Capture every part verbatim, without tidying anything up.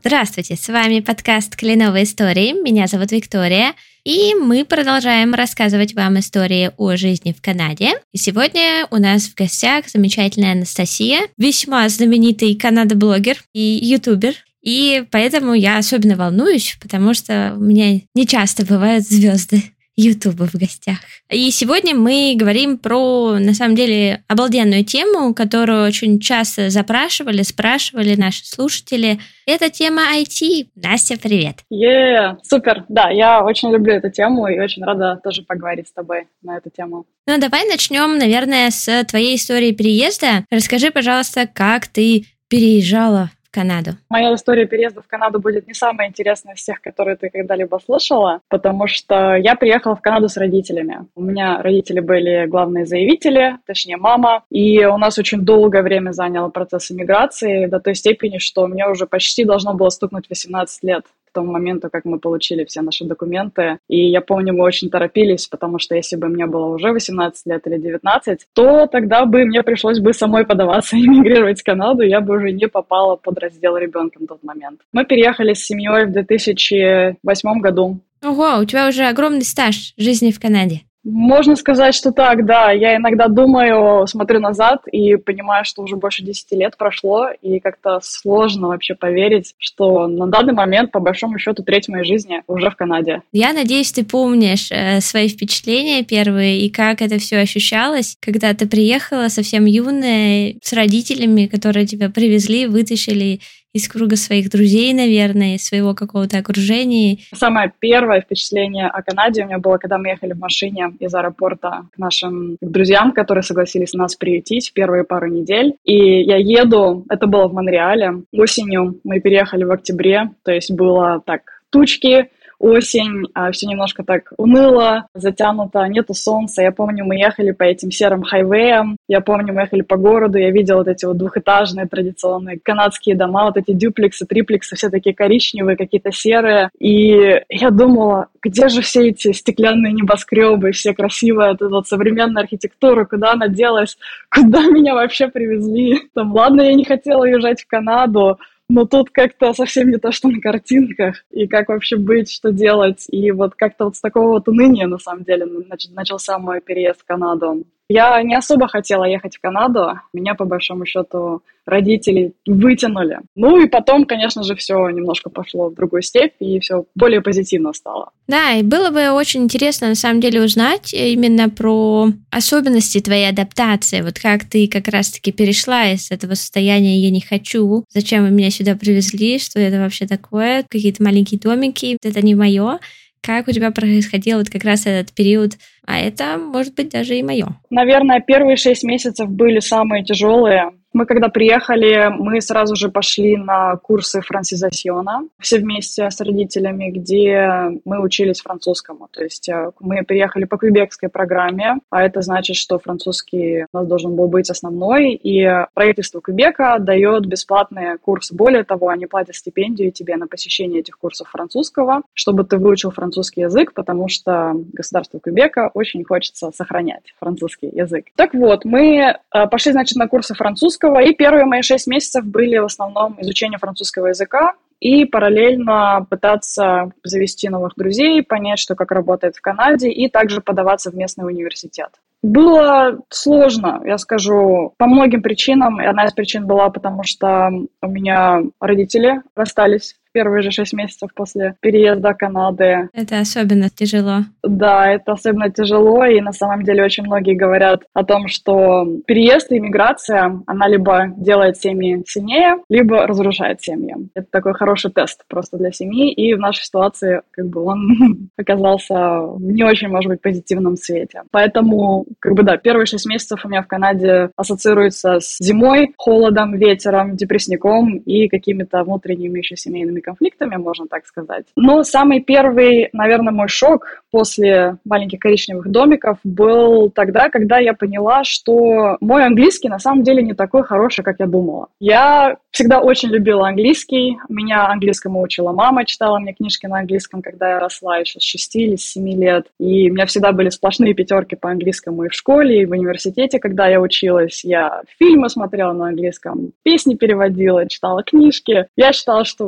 Здравствуйте, с вами подкаст «Кленовые истории». Меня зовут Виктория, и мы продолжаем рассказывать вам истории о жизни в Канаде. И сегодня у нас в гостях замечательная Анастасия, весьма знаменитый канадоблогер и ютубер. И поэтому я особенно волнуюсь, потому что у меня не часто бывают звезды Ютуба в гостях. И сегодня мы говорим про, на самом деле, обалденную тему, которую очень часто запрашивали, спрашивали наши слушатели. Это тема ай ти. Настя, привет! Yeah, супер! Да, я очень люблю эту тему и очень рада тоже поговорить с тобой на эту тему. Ну, давай начнем, наверное, с твоей истории переезда. Расскажи, пожалуйста, как ты переезжала в Канаду. Моя история переезда в Канаду будет не самая интересная из всех, которые ты когда-либо слышала, потому что я приехала в Канаду с родителями. У меня родители были главные заявители, точнее мама, и у нас очень долгое время занял процесс иммиграции до той степени, что мне уже почти должно было стукнуть восемнадцать лет. К тому моменту, как мы получили все наши документы. И я помню, мы очень торопились, потому что если бы мне было уже восемнадцать лет или девятнадцать, то тогда бы мне пришлось бы самой подаваться и эмигрировать в Канаду, я бы уже не попала под раздел ребенка на тот момент. Мы переехали с семьей в две тысячи восьмом году. Ого, у тебя уже огромный стаж жизни в Канаде. Можно сказать, что так, да. Я иногда думаю, смотрю назад и понимаю, что уже больше десяти лет прошло, и как-то сложно вообще поверить, что на данный момент, по большому счету, треть моей жизни уже в Канаде. Я надеюсь, ты помнишь э, свои впечатления первые и как это все ощущалось, когда ты приехала совсем юная, с родителями, которые тебя привезли, вытащили из круга своих друзей, наверное, из своего какого-то окружения. Самое первое впечатление о Канаде у меня было, когда мы ехали в машине из аэропорта к нашим друзьям, которые согласились нас приютить первые пару недель. И я еду, это было в Монреале, осенью, мы переехали в октябре, то есть было так, тучки, осень, а все немножко так уныло, затянуто, нету солнца. Я помню, мы ехали по этим серым хайвеям, я помню, мы ехали по городу, я видела вот эти вот двухэтажные традиционные канадские дома, вот эти дюплексы, триплексы, все такие коричневые, какие-то серые. И я думала, где же все эти стеклянные небоскребы, все красивая вот эта вот современная архитектура, куда она делась, куда меня вообще привезли. Там, ладно, я не хотела уезжать в Канаду, но тут как-то совсем не то, что на картинках, и как вообще быть, что делать. И вот как-то вот с такого вот уныния, на самом деле, начался мой переезд в Канаду. Я не особо хотела ехать в Канаду, меня, по большому счету, родители вытянули. Ну и потом, конечно же, все немножко пошло в другую степь, и все более позитивно стало. Да, и было бы очень интересно, на самом деле, узнать именно про особенности твоей адаптации. Вот как ты как раз-таки перешла из этого состояния «я не хочу», «зачем вы меня сюда привезли», что это вообще такое, какие-то маленькие домики, это не мое. Как у тебя происходил вот как раз этот период, а это, может быть, даже и мое? Наверное, первые шесть месяцев были самые тяжелые. Мы когда приехали, мы сразу же пошли на курсы франсизасьона, все вместе с родителями, где мы учились французскому. То есть мы переехали по квебекской программе, а это значит, что французский у нас должен был быть основной, и правительство Квебека дает бесплатные курсы. Более того, они платят стипендию тебе на посещение этих курсов французского, чтобы ты выучил французский язык, потому что государство Квебека очень хочется сохранять французский язык. Так вот, мы пошли, значит, на курсы французского, и первые мои шесть месяцев были в основном изучение французского языка и параллельно пытаться завести новых друзей, понять, что как работает в Канаде, и также подаваться в местный университет. Было сложно, я скажу, по многим причинам. И одна из причин была, потому что у меня родители расстались в первые же шесть месяцев после переезда Канады. Это особенно тяжело. Да, это особенно тяжело, и на самом деле очень многие говорят о том, что переезд и иммиграция, она либо делает семьи сильнее, либо разрушает семьи. Это такой хороший тест просто для семьи, и в нашей ситуации как бы он оказался в не очень, может быть, позитивном свете. Поэтому, как бы да, первые шесть месяцев у меня в Канаде ассоциируются с зимой, холодом, ветером, депрессником и какими-то внутренними еще семейными конфликтами, можно так сказать. Но самый первый, наверное, мой шок после маленьких коричневых домиков был тогда, когда я поняла, что мой английский на самом деле не такой хороший, как я думала. Я всегда очень любила английский. Меня английскому учила мама, читала мне книжки на английском, когда я росла еще с шести или с семи лет. И у меня всегда были сплошные пятерки по английскому и в школе, и в университете, когда я училась. Я фильмы смотрела на английском, песни переводила, читала книжки. Я считала, что вообще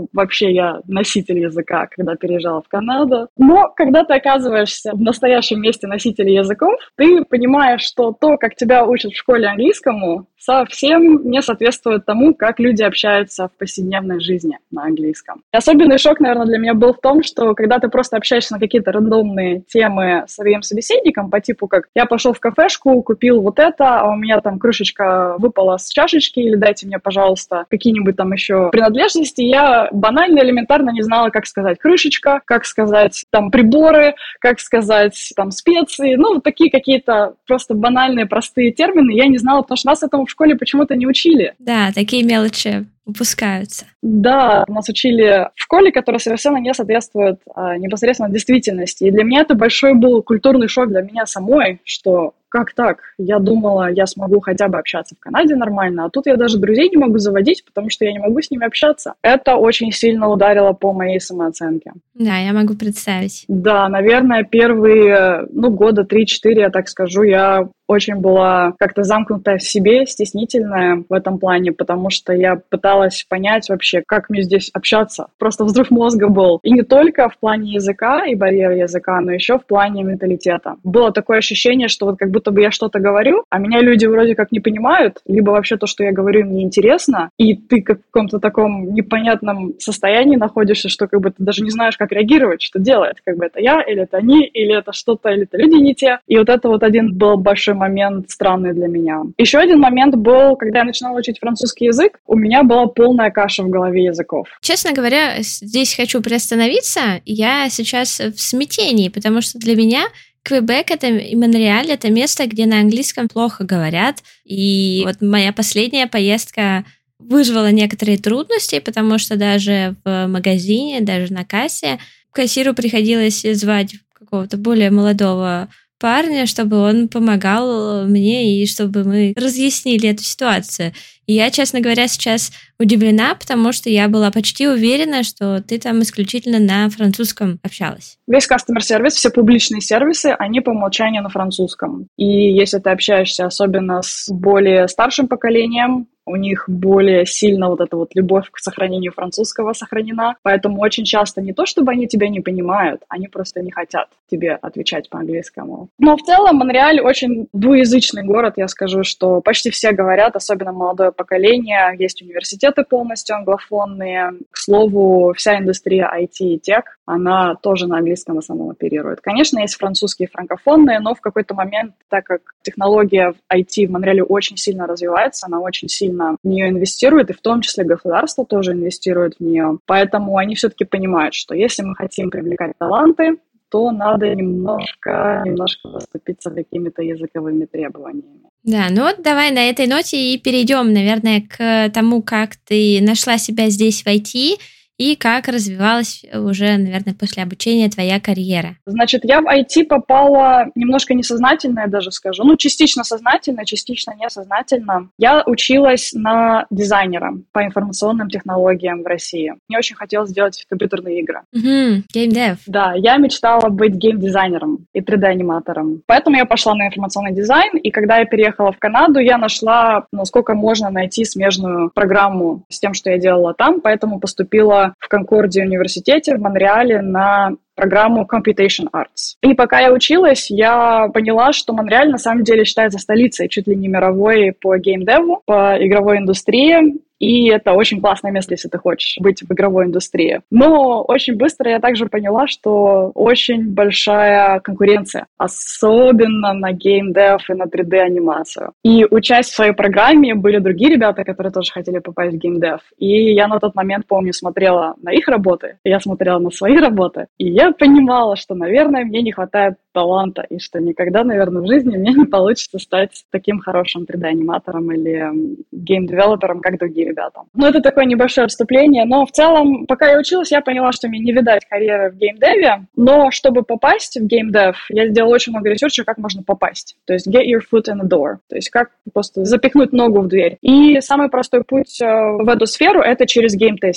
вообще я носитель языка, когда переезжала в Канаду. Но когда ты оказываешься в настоящем месте носителя языков, ты понимаешь, что то, как тебя учат в школе английскому, совсем не соответствует тому, как люди общаются в повседневной жизни на английском. И особенный шок, наверное, для меня был в том, что когда ты просто общаешься на какие-то рандомные темы с своим собеседником, по типу как «я пошел в кафешку, купил вот это, а у меня там крышечка выпала с чашечки, или дайте мне, пожалуйста, какие-нибудь там еще принадлежности», я банально, элементарно не знала, как сказать «крышечка», как сказать там «приборы», как сказать там «специи», ну, такие какие-то просто банальные, простые термины я не знала, потому что нас этому в школе почему-то не учили. Да, такие мелочи упускаются. Да, нас учили в школе, которая совершенно не соответствует а, непосредственно действительности. И для меня это большой был культурный шок для меня самой, что как так? Я думала, я смогу хотя бы общаться в Канаде нормально, а тут я даже друзей не могу заводить, потому что я не могу с ними общаться. Это очень сильно ударило по моей самооценке. Да, я могу представить. Да, наверное, первые, ну, года три-четыре, я так скажу, я очень была как-то замкнутая в себе, стеснительная в этом плане, потому что я пыталась понять вообще, как мне здесь общаться. Просто взрыв мозга был. И не только в плане языка и барьера языка, но еще в плане менталитета. Было такое ощущение, что вот как будто бы я что-то говорю, а меня люди вроде как не понимают, либо вообще то, что я говорю, им неинтересно, и ты как в каком-то таком непонятном состоянии находишься, что как бы ты даже не знаешь, как реагировать, что делать. Как бы это я, или это они, или это что-то, или это люди не те. И вот это вот один был большой момент странный для меня. Еще один момент был, когда я начинала учить французский язык, у меня была полная каша в голове языков. Честно говоря, здесь хочу приостановиться. Я сейчас в смятении, потому что для меня Квебек это, и Монреаль — это место, где на английском плохо говорят. И вот моя последняя поездка вызвала некоторые трудности, потому что даже в магазине, даже на кассе кассиру приходилось звать какого-то более молодого парня, чтобы он помогал мне и чтобы мы разъяснили эту ситуацию. И я, честно говоря, сейчас удивлена, потому что я была почти уверена, что ты там исключительно на французском общалась. Весь customer сервис, все публичные сервисы, они по умолчанию на французском. И если ты общаешься особенно с более старшим поколением, у них более сильно вот эта вот любовь к сохранению французского сохранена. Поэтому очень часто не то, чтобы они тебя не понимают, они просто не хотят тебе отвечать по-английскому. Но в целом Монреаль очень двуязычный город, я скажу, что почти все говорят, особенно молодое поколение. Есть университеты полностью англофонные. К слову, вся индустрия ай ти и тех, она тоже на английском в основном оперирует. Конечно, есть французские франкофонные, но в какой-то момент, так как технология в ай ти в Монреале очень сильно развивается, она очень сильно в нее инвестирует, и в том числе государство тоже инвестирует в нее. Поэтому они все-таки понимают, что если мы хотим привлекать таланты, то надо немножко, немножко поступиться какими-то языковыми требованиями. Да, ну вот давай на этой ноте и перейдем, наверное, к тому, как ты нашла себя здесь в ай ти, и как развивалась уже, наверное, после обучения твоя карьера? Значит, я в ай ти попала немножко несознательно, я даже скажу. Ну, частично сознательно, частично несознательно. Я училась на дизайнера по информационным технологиям в России. Мне очень хотелось сделать компьютерные игры. Угу, геймдев. Да, я мечтала быть геймдизайнером и три дэ-аниматором. Поэтому я пошла на информационный дизайн, и когда я переехала в Канаду, я нашла, насколько можно найти смежную программу с тем, что я делала там, поэтому поступила в Конкорде университете в Монреале на программу Computation Arts. И пока я училась, я поняла, что Монреаль на самом деле считается столицей чуть ли не мировой по геймдеву, по игровой индустрии. И это очень классное место, если ты хочешь быть в игровой индустрии. Но очень быстро я также поняла, что очень большая конкуренция, особенно на геймдев и на три дэ-анимацию. И учась в своей программе были другие ребята, которые тоже хотели попасть в геймдев. И я на тот момент, помню, смотрела на их работы, я смотрела на свои работы, и я понимала, что, наверное, мне не хватает таланта, и что никогда, наверное, в жизни мне не получится стать таким хорошим три дэ-аниматором или гейм-девелопером, как другие ребята. Ну, это такое небольшое отступление, но в целом, пока я училась, я поняла, что мне не видать карьеры в геймдеве, но чтобы попасть в геймдев, я сделала очень много ресерча, как можно попасть. То есть get your foot in the door, то есть как просто запихнуть ногу в дверь. И самый простой путь в эту сферу — это через гейм-тестинг.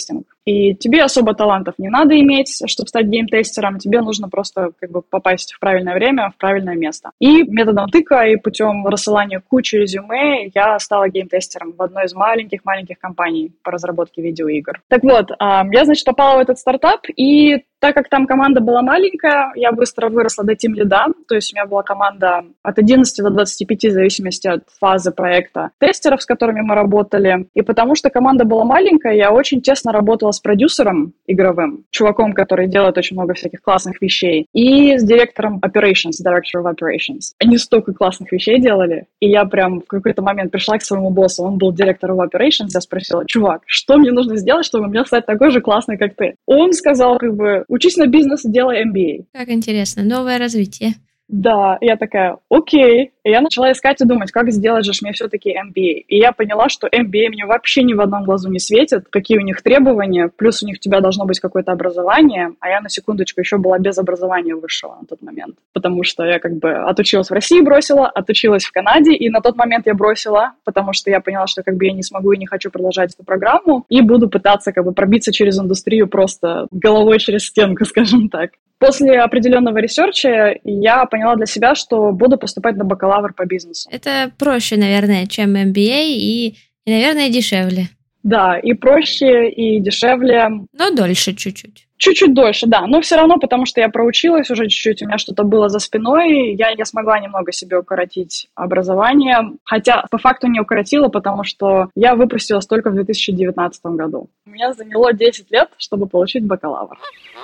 и тебе особо талантов не надо иметь, чтобы стать геймтестером, тебе нужно просто как бы попасть в правильное время, в правильное место. И методом тыка и путем рассылания кучи резюме я стала геймтестером в одной из маленьких-маленьких компаний по разработке видеоигр. Так вот, я, значит, попала в этот стартап, и так как там команда была маленькая, я быстро выросла до тим-лида, то есть у меня была команда от одиннадцати до двадцати пяти, в зависимости от фазы проекта, тестеров, с которыми мы работали. И потому что команда была маленькая, я очень тесно работала с продюсером игровым, чуваком, который делает очень много всяких классных вещей, и с директором operations, director of operations. Они столько классных вещей делали, и я прям в какой-то момент пришла к своему боссу, он был директор of operations, я спросила: чувак, что мне нужно сделать, чтобы мне стать такой же классный, как ты? Он сказал, как бы, учись на бизнес и делай эм би эй. Как интересно, новое развитие. Да, я такая, окей. И я начала искать и думать, как сделать же мне все-таки эм би эй. И я поняла, что эм би эй мне вообще ни в одном глазу не светит, какие у них требования, плюс у них у тебя должно быть какое-то образование, а я на секундочку еще была без образования высшего на тот момент, потому что я как бы отучилась в России, бросила, отучилась в Канаде, и на тот момент я бросила, потому что я поняла, что как бы я не смогу и не хочу продолжать эту программу, и буду пытаться как бы пробиться через индустрию просто головой через стенку, скажем так. После определенного ресерча я поняла для себя, что буду поступать на бакалавр по бизнесу. Это проще, наверное, чем эм би эй и, и, наверное, дешевле. Да, и проще, и дешевле. Но дольше чуть-чуть. Чуть-чуть дольше, да. Но все равно, потому что я проучилась уже чуть-чуть, у меня что-то было за спиной, я, я смогла немного себе укоротить образование. Хотя по факту не укоротила, потому что я выпустилась только в две тысячи девятнадцатом году. У меня заняло десять лет, чтобы получить бакалавр.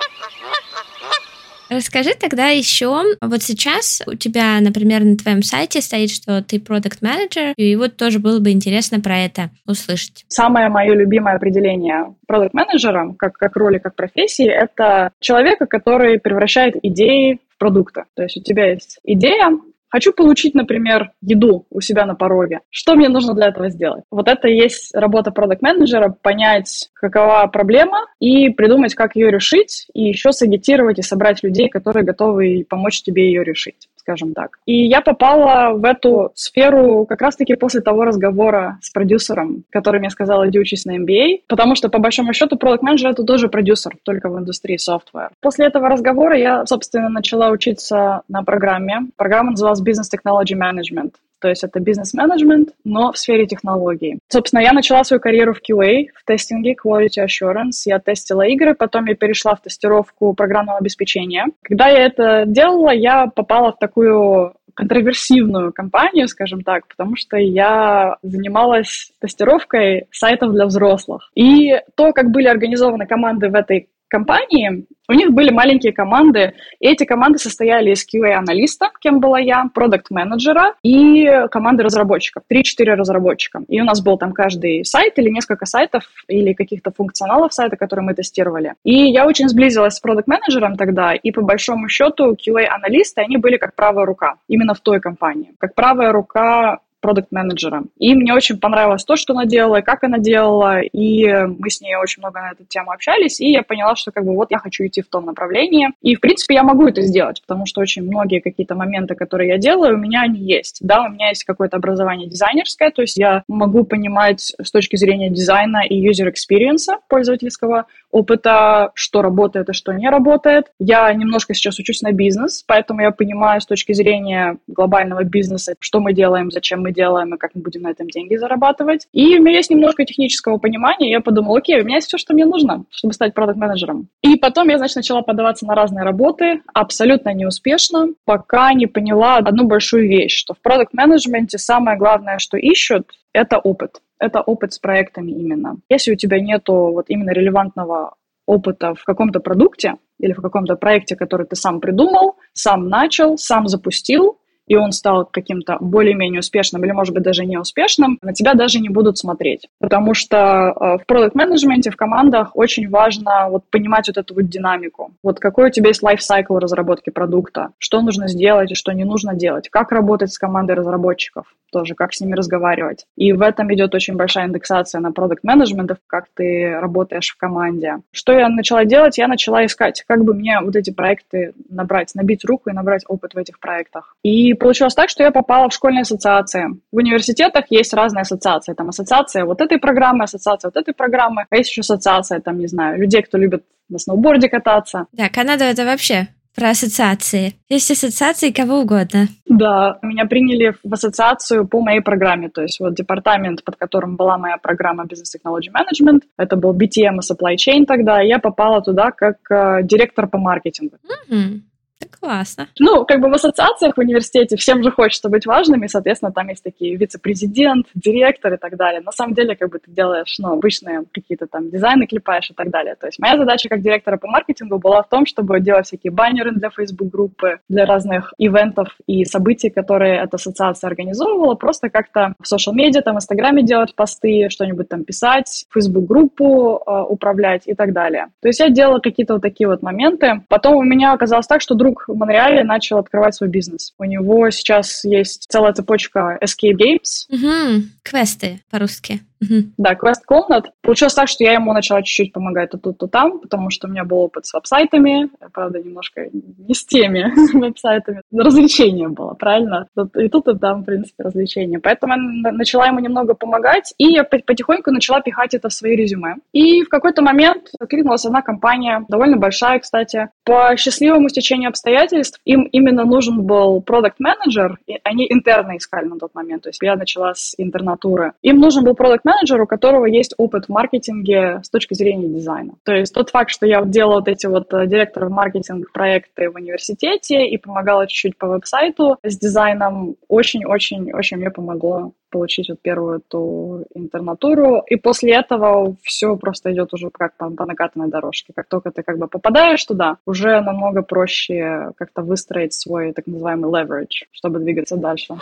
Расскажи тогда еще, вот сейчас у тебя, например, на твоем сайте стоит, что ты продакт-менеджер, и вот тоже было бы интересно про это услышать. Самое мое любимое определение продакт-менеджера, как, как роли, как профессии, это человека, который превращает идеи в продукты. То есть у тебя есть идея, хочу получить, например, еду у себя на пороге. Что мне нужно для этого сделать? Вот это и есть работа продакт-менеджера, понять, какова проблема, и придумать, как ее решить, и еще сагитировать и собрать людей, которые готовы помочь тебе ее решить, скажем так. И я попала в эту сферу как раз-таки после того разговора с продюсером, который мне сказал: иди учись на эм би эй, потому что, по большому счету, продакт-менеджер — это тоже продюсер, только в индустрии software. После этого разговора я, собственно, начала учиться на программе. Программа называлась Business Technology Management. То есть это бизнес-менеджмент, но в сфере технологий. Собственно, я начала свою карьеру в кью эй, в тестинге, Quality Assurance. Я тестила игры, потом я перешла в тестировку программного обеспечения. Когда я это делала, я попала в такую контроверсивную компанию, скажем так, потому что я занималась тестировкой сайтов для взрослых. И то, как были организованы команды в этой компании, у них были маленькие команды, и эти команды состояли из кью эй-аналиста, кем была я, продакт-менеджера и команды разработчиков, три-четыре разработчика. И у нас был там каждый сайт или несколько сайтов, или каких-то функционалов сайта, которые мы тестировали. И я очень сблизилась с продакт-менеджером тогда, и по большому счету кью эй-аналисты, они были как правая рука, именно в той компании, как правая рука продакт-менеджера. И мне очень понравилось то, что она делала, как она делала, и мы с ней очень много на эту тему общались, и я поняла, что как бы вот я хочу идти в том направлении. И, в принципе, я могу это сделать, потому что очень многие какие-то моменты, которые я делаю, у меня они есть. Да, у меня есть какое-то образование дизайнерское, то есть я могу понимать с точки зрения дизайна и user experience пользовательского опыта, что работает и что не работает. Я немножко сейчас учусь на бизнес, поэтому я понимаю с точки зрения глобального бизнеса, что мы делаем, зачем мы делаем и как мы будем на этом деньги зарабатывать. И у меня есть немножко технического понимания, и я подумала: окей, у меня есть все, что мне нужно, чтобы стать продакт-менеджером. И потом я, значит, начала подаваться на разные работы, абсолютно неуспешно, пока не поняла одну большую вещь, что в продакт-менеджменте самое главное, что ищут, это опыт. Это опыт с проектами именно. Если у тебя нету вот именно релевантного опыта в каком-то продукте или в каком-то проекте, который ты сам придумал, сам начал, сам запустил, и он стал каким-то более-менее успешным или, может быть, даже неуспешным, на тебя даже не будут смотреть. Потому что э, в продакт-менеджменте, в командах очень важно вот понимать вот эту вот динамику. Вот какой у тебя есть лайфсайкл разработки продукта, что нужно сделать и что не нужно делать, как работать с командой разработчиков, тоже как с ними разговаривать. И в этом идет очень большая индексация на продакт-менеджмент, как ты работаешь в команде. Что я начала делать? Я начала искать, как бы мне вот эти проекты набрать, набить руку и набрать опыт в этих проектах. И И получилось так, что я попала в школьные ассоциации. В университетах есть разные ассоциации. Там ассоциация вот этой программы, ассоциация вот этой программы, а есть еще ассоциация, там, не знаю, людей, кто любит на сноуборде кататься. Да, Канада — это вообще про ассоциации. Есть ассоциации кого угодно. Да, меня приняли в ассоциацию по моей программе. То есть вот департамент, под которым была моя программа Business Technology Management, это был би ти эм и Supply Chain тогда, и я попала туда как э, директор по маркетингу. Mm-hmm. Классно. Ну, как бы в ассоциациях в университете всем же хочется быть важными, соответственно, там есть такие вице-президент, директор и так далее. На самом деле, как бы ты делаешь, ну, обычные какие-то там дизайны клепаешь и так далее. То есть моя задача как директора по маркетингу была в том, чтобы делать всякие баннеры для Facebook-группы, для разных ивентов и событий, которые эта ассоциация организовывала, просто как-то в социал-медиа, там, в Инстаграме делать посты, что-нибудь там писать, Facebook-группу э, управлять и так далее. То есть я делала какие-то вот такие вот моменты. Потом у меня оказалось так, что друг в Монреале начал открывать свой бизнес. У него сейчас есть целая цепочка Escape Games. Угу. Квесты по-русски. Угу. Да, квест-комнат. Получилось так, что я ему начала чуть-чуть помогать то тут, то там, потому что у меня был опыт с веб-сайтами. Правда, немножко не с теми веб-сайтами. Развлечение было, правильно? И тут, и там, в принципе, развлечение. Поэтому я начала ему немного помогать, и я потихоньку начала пихать это в свои резюме. И в какой-то момент откликнулась одна компания, довольно большая, кстати. По счастливому стечению обстоятельств им именно нужен был продакт-менеджер, и они интерны искали на тот момент, то есть я начала с интернатуры. Им нужен был продакт-менеджер, у которого есть опыт в маркетинге с точки зрения дизайна. То есть тот факт, что я делала вот эти вот директоры маркетинг проекты в университете и помогала чуть-чуть по веб-сайту с дизайном, очень-очень-очень мне помогло получить вот первую эту интернатуру, и после этого все просто идет уже как по, по накатанной дорожке. Как только ты как бы попадаешь туда, уже намного проще как-то выстроить свой так называемый leverage, чтобы двигаться дальше.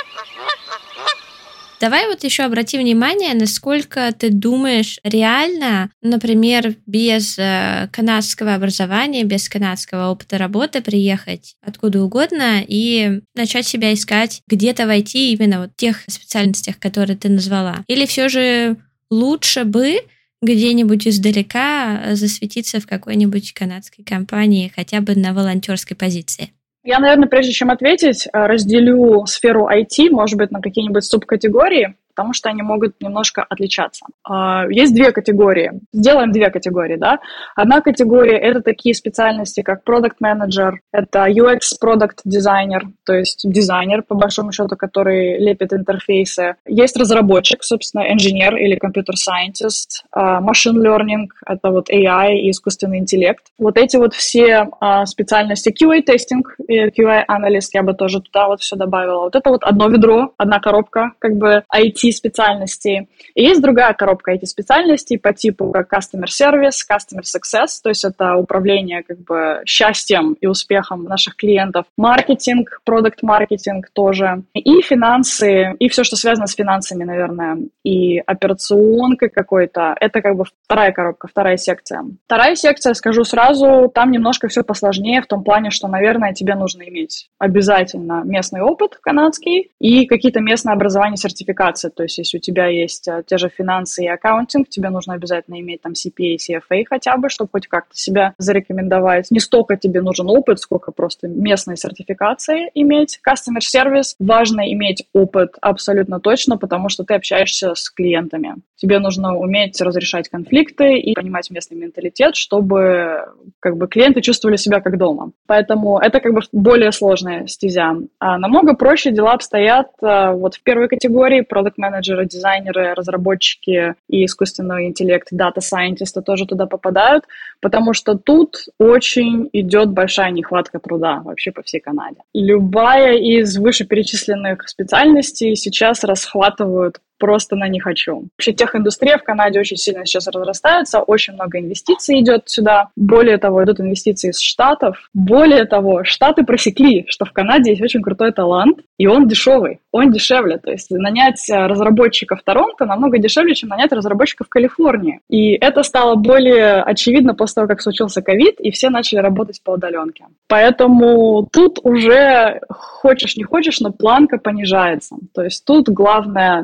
Давай вот еще обрати внимание, насколько ты думаешь реально, например, без э, канадского образования, без канадского опыта работы приехать откуда угодно и начать себя искать где-то в ай ти именно вот в тех специальностях, которые ты назвала. Или все же лучше бы где-нибудь издалека засветиться в какой-нибудь канадской компании хотя бы на волонтерской позиции? Я, наверное, прежде чем ответить, разделю сферу ай ти, может быть, на какие-нибудь субкатегории, потому что они могут немножко отличаться. Есть две категории. Сделаем две категории, да. Одна категория — это такие специальности, как Product Manager, это ю экс Product Designer, то есть дизайнер, по большому счету, который лепит интерфейсы. Есть разработчик, собственно, инженер или Computer Scientist, Machine Learning, это вот эй ай и искусственный интеллект. Вот эти вот все специальности, кью эй-тестинг и кью эй-аналист, я бы тоже туда вот все добавила. Вот это вот одно ведро, одна коробка, как бы ай ти специальностей. И есть другая коробка ай ти-специальностей по типу как Customer Service, Customer Success, то есть это управление как бы счастьем и успехом наших клиентов, маркетинг, продакт-маркетинг тоже, и финансы, и все, что связано с финансами, наверное, и операционкой какой-то. Это как бы вторая коробка, вторая секция. Вторая секция, скажу сразу, там немножко все посложнее в том плане, что, наверное, тебе нужно иметь обязательно местный опыт канадский и какие-то местные образования, сертификации. То есть, если у тебя есть а, те же финансы и аккаунтинг, тебе нужно обязательно иметь там си пи эй, си эф эй хотя бы, чтобы хоть как-то себя зарекомендовать. Не столько тебе нужен опыт, сколько просто местные сертификации иметь. Customer Service важно иметь опыт абсолютно точно, потому что ты общаешься с клиентами. Тебе нужно уметь разрешать конфликты и понимать местный менталитет, чтобы как бы клиенты чувствовали себя как дома. Поэтому это как бы более сложная стезя. А намного проще дела обстоят а, вот в первой категории продакт-менеджеры, дизайнеры, разработчики и искусственный интеллект, дата-сайентисты тоже туда попадают, потому что тут очень идет большая нехватка труда вообще по всей Канаде. Любая из вышеперечисленных специальностей сейчас расхватывают просто на «не хочу». Вообще техиндустрия в Канаде очень сильно сейчас разрастается, очень много инвестиций идет сюда. Более того, идут инвестиции из Штатов. Более того, Штаты просекли, что в Канаде есть очень крутой талант, и он дешевый, он дешевле. То есть нанять разработчиков в Торонто намного дешевле, чем нанять разработчиков в Калифорнии. И это стало более очевидно после того, как случился ковид, и все начали работать по удаленке. Поэтому тут уже хочешь не хочешь, но планка понижается. То есть тут главное найти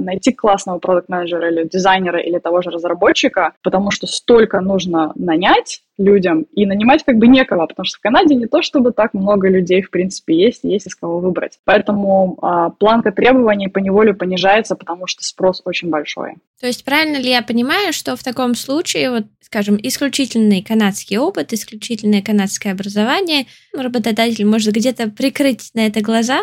классного продакт-менеджера или дизайнера или того же разработчика, потому что столько нужно нанять людям, и нанимать как бы некого, потому что в Канаде не то чтобы так много людей, в принципе, есть, есть из кого выбрать. Поэтому а, планка требований поневоле понижается, потому что спрос очень большой. То есть правильно ли я понимаю, что в таком случае, вот, скажем, исключительный канадский опыт, исключительное канадское образование, работодатель может где-то прикрыть на это глаза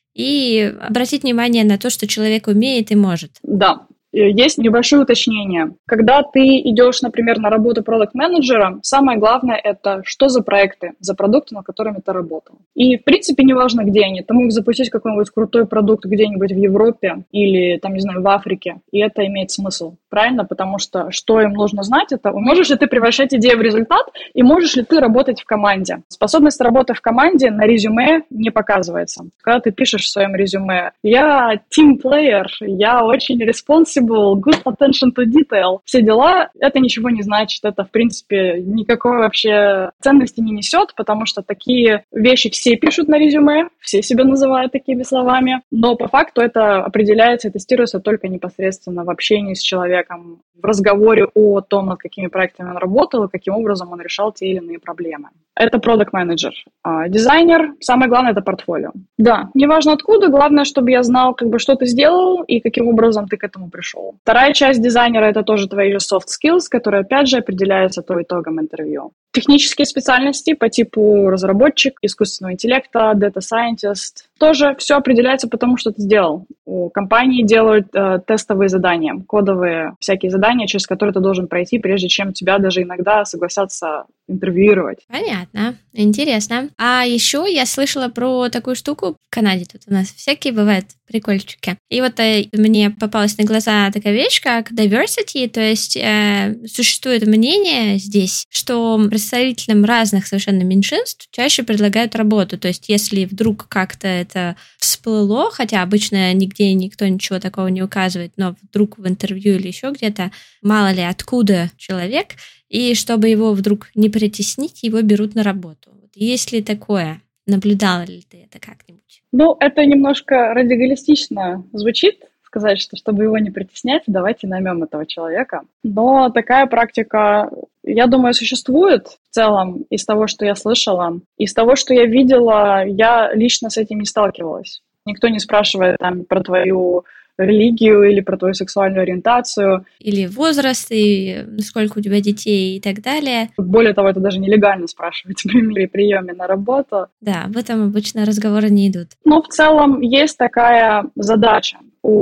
и обратить внимание на то, что человек умеет и может? Да. Есть небольшое уточнение. Когда ты идешь, например, на работу продакт-менеджера, самое главное – это что за проекты, за продукты, над которыми ты работал. И, в принципе, неважно, где они. Ты мог запустить какой-нибудь крутой продукт где-нибудь в Европе или, там, не знаю, в Африке, и это имеет смысл, правильно? Потому что что им нужно знать, это можешь ли ты превращать идею в результат, и можешь ли ты работать в команде. Способность работы в команде на резюме не показывается. Когда ты пишешь в своем резюме «Я team-player, я очень responsible, good attention to detail», все дела, это ничего не значит, это, в принципе, никакой вообще ценности не несет, потому что такие вещи все пишут на резюме, все себя называют такими словами, но по факту это определяется и тестируется только непосредственно в общении с человеком, в разговоре о том, над какими проектами он работал и каким образом он решал те или иные проблемы. Это продакт-менеджер. А дизайнер, самое главное, это портфолио. Да, неважно откуда, главное, чтобы я знал, как бы, что ты сделал и каким образом ты к этому пришел. Вторая часть дизайнера – это тоже твои же soft skills, которые, опять же, определяются по итогам интервью. Технические специальности по типу разработчик, искусственного интеллекта, data scientist, тоже все определяется по тому, что ты сделал. У компании делают э, тестовые задания, кодовые всякие задания, через которые ты должен пройти, прежде чем тебя даже иногда согласятся интервьюировать. Понятно, интересно. А еще я слышала про такую штуку в Канаде, тут у нас всякие бывают прикольчики. И вот э, мне попалась на глаза такая вещь, как diversity, то есть э, существует мнение здесь, что представителям разных совершенно меньшинств чаще предлагают работу. То есть если вдруг как-то это всплыло, хотя обычно нигде никто ничего такого не указывает, но вдруг в интервью или еще где-то, мало ли откуда человек, и чтобы его вдруг не притеснить, его берут на работу. Вот есть ли такое? Наблюдала ли ты это как-нибудь? Ну, это немножко радикалистично звучит, сказать, что чтобы его не притеснять, давайте наймем этого человека. Но такая практика, я думаю, существует в целом из того, что я слышала. Из того, что я видела, я лично с этим не сталкивалась. Никто не спрашивает там про твою религию или про твою сексуальную ориентацию. Или возраст, и сколько у тебя детей и так далее. Более того, это даже нелегально спрашивать при приеме на работу. Да, об этом обычно разговоры не идут. Но в целом есть такая задача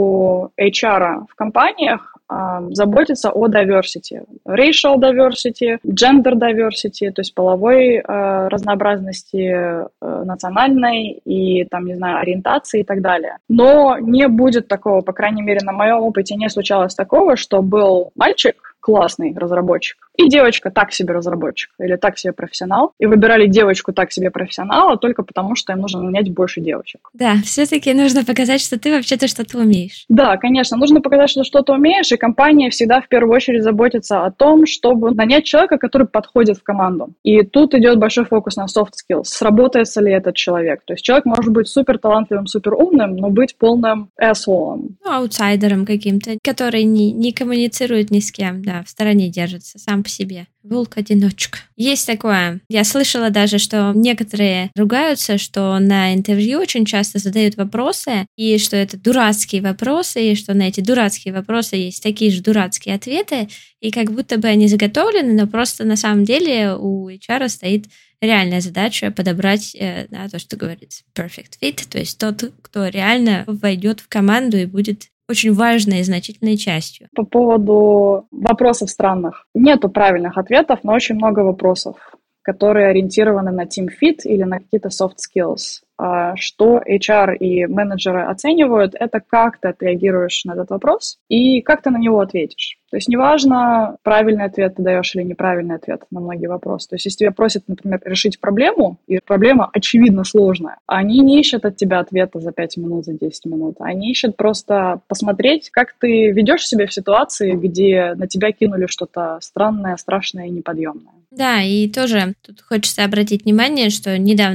у эйч ар в компаниях заботиться о diversity, racial diversity, gender diversity, то есть половой э, разнообразности, э, национальной и, там, не знаю, ориентации и так далее. Но не будет такого, по крайней мере, на моем опыте не случалось такого, что был мальчик, классный разработчик, и девочка так себе разработчик или так себе профессионал, и выбирали девочку так себе профессионала только потому, что им нужно нанять больше девочек. Да, все-таки нужно показать, что ты вообще-то что-то умеешь. Да, конечно, нужно показать, что ты что-то умеешь, и компания всегда в первую очередь заботится о том, чтобы нанять человека, который подходит в команду. И тут идет большой фокус на soft skills. Сработается ли этот человек? То есть человек может быть супер талантливым, супер умным, но быть полным asshole. Ну, аутсайдером каким-то, который не, не коммуницирует ни с кем, да, в стороне держится, сам по себе. Волк-одиночка. Есть такое. Я слышала даже, что некоторые ругаются, что на интервью очень часто задают вопросы, и что это дурацкие вопросы, и что на эти дурацкие вопросы есть такие же дурацкие ответы, и как будто бы они заготовлены, но просто на самом деле у эйч ар стоит реальная задача подобрать, да, то, что говорится, perfect fit, то есть тот, кто реально войдет в команду и будет очень важной и значительной частью. По поводу вопросов странных. Нету правильных ответов, но очень много вопросов, которые ориентированы на team fit или на какие-то soft skills. Что эйч ар и менеджеры оценивают, это как ты отреагируешь на этот вопрос и как ты на него ответишь. То есть неважно, правильный ответ ты даешь или неправильный ответ на многие вопросы. То есть если тебя просят, например, решить проблему, и проблема очевидно сложная, они не ищут от тебя ответа за пять минут, за десять минут. Они ищут просто посмотреть, как ты ведешь себя в ситуации, где на тебя кинули что-то странное, страшное и неподъемное. Да, и тоже тут хочется обратить внимание, что недавно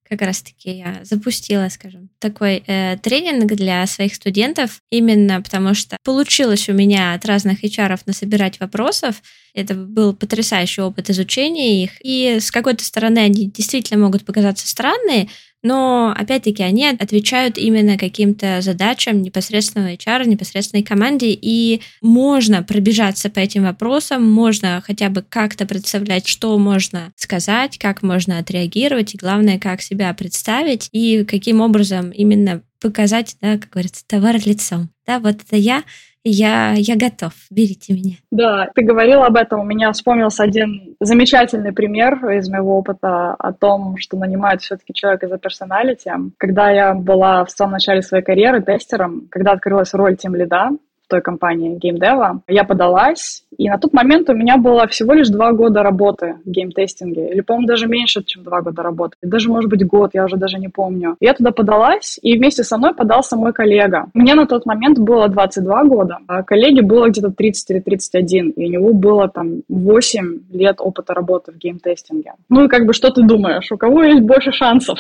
как раз-таки я запустила, скажем, такой э, тренинг для своих студентов, именно потому что получилось у меня от разных эйч ар насобирать вопросов. Это был потрясающий опыт изучения их. И с какой-то стороны они действительно могут показаться странные, но, опять-таки, они отвечают именно каким-то задачам непосредственного эйч ар, непосредственной команде, и можно пробежаться по этим вопросам, можно хотя бы как-то представлять, что можно сказать, как можно отреагировать, и главное, как себя представить, и каким образом именно показать, да, как говорится, товар лицом. Да, вот это я, я, я готов, берите меня. Да, ты говорила об этом, у меня вспомнился один замечательный пример из моего опыта о том, что нанимают все-таки человека за персоналити. Когда я была в самом начале своей карьеры тестером, когда открылась роль тимлида в той компании геймдева, я подалась, и на тот момент у меня было всего лишь два года работы в геймтестинге, или, по-моему, даже меньше, чем два года работы, даже, может быть, год, я уже даже не помню. Я туда подалась, и вместе со мной подался мой коллега. Мне на тот момент было двадцать два года, а коллеге было где-то тридцать или тридцать один, и у него было там восемь лет опыта работы в геймтестинге. Ну и как бы что ты думаешь, у кого есть больше шансов,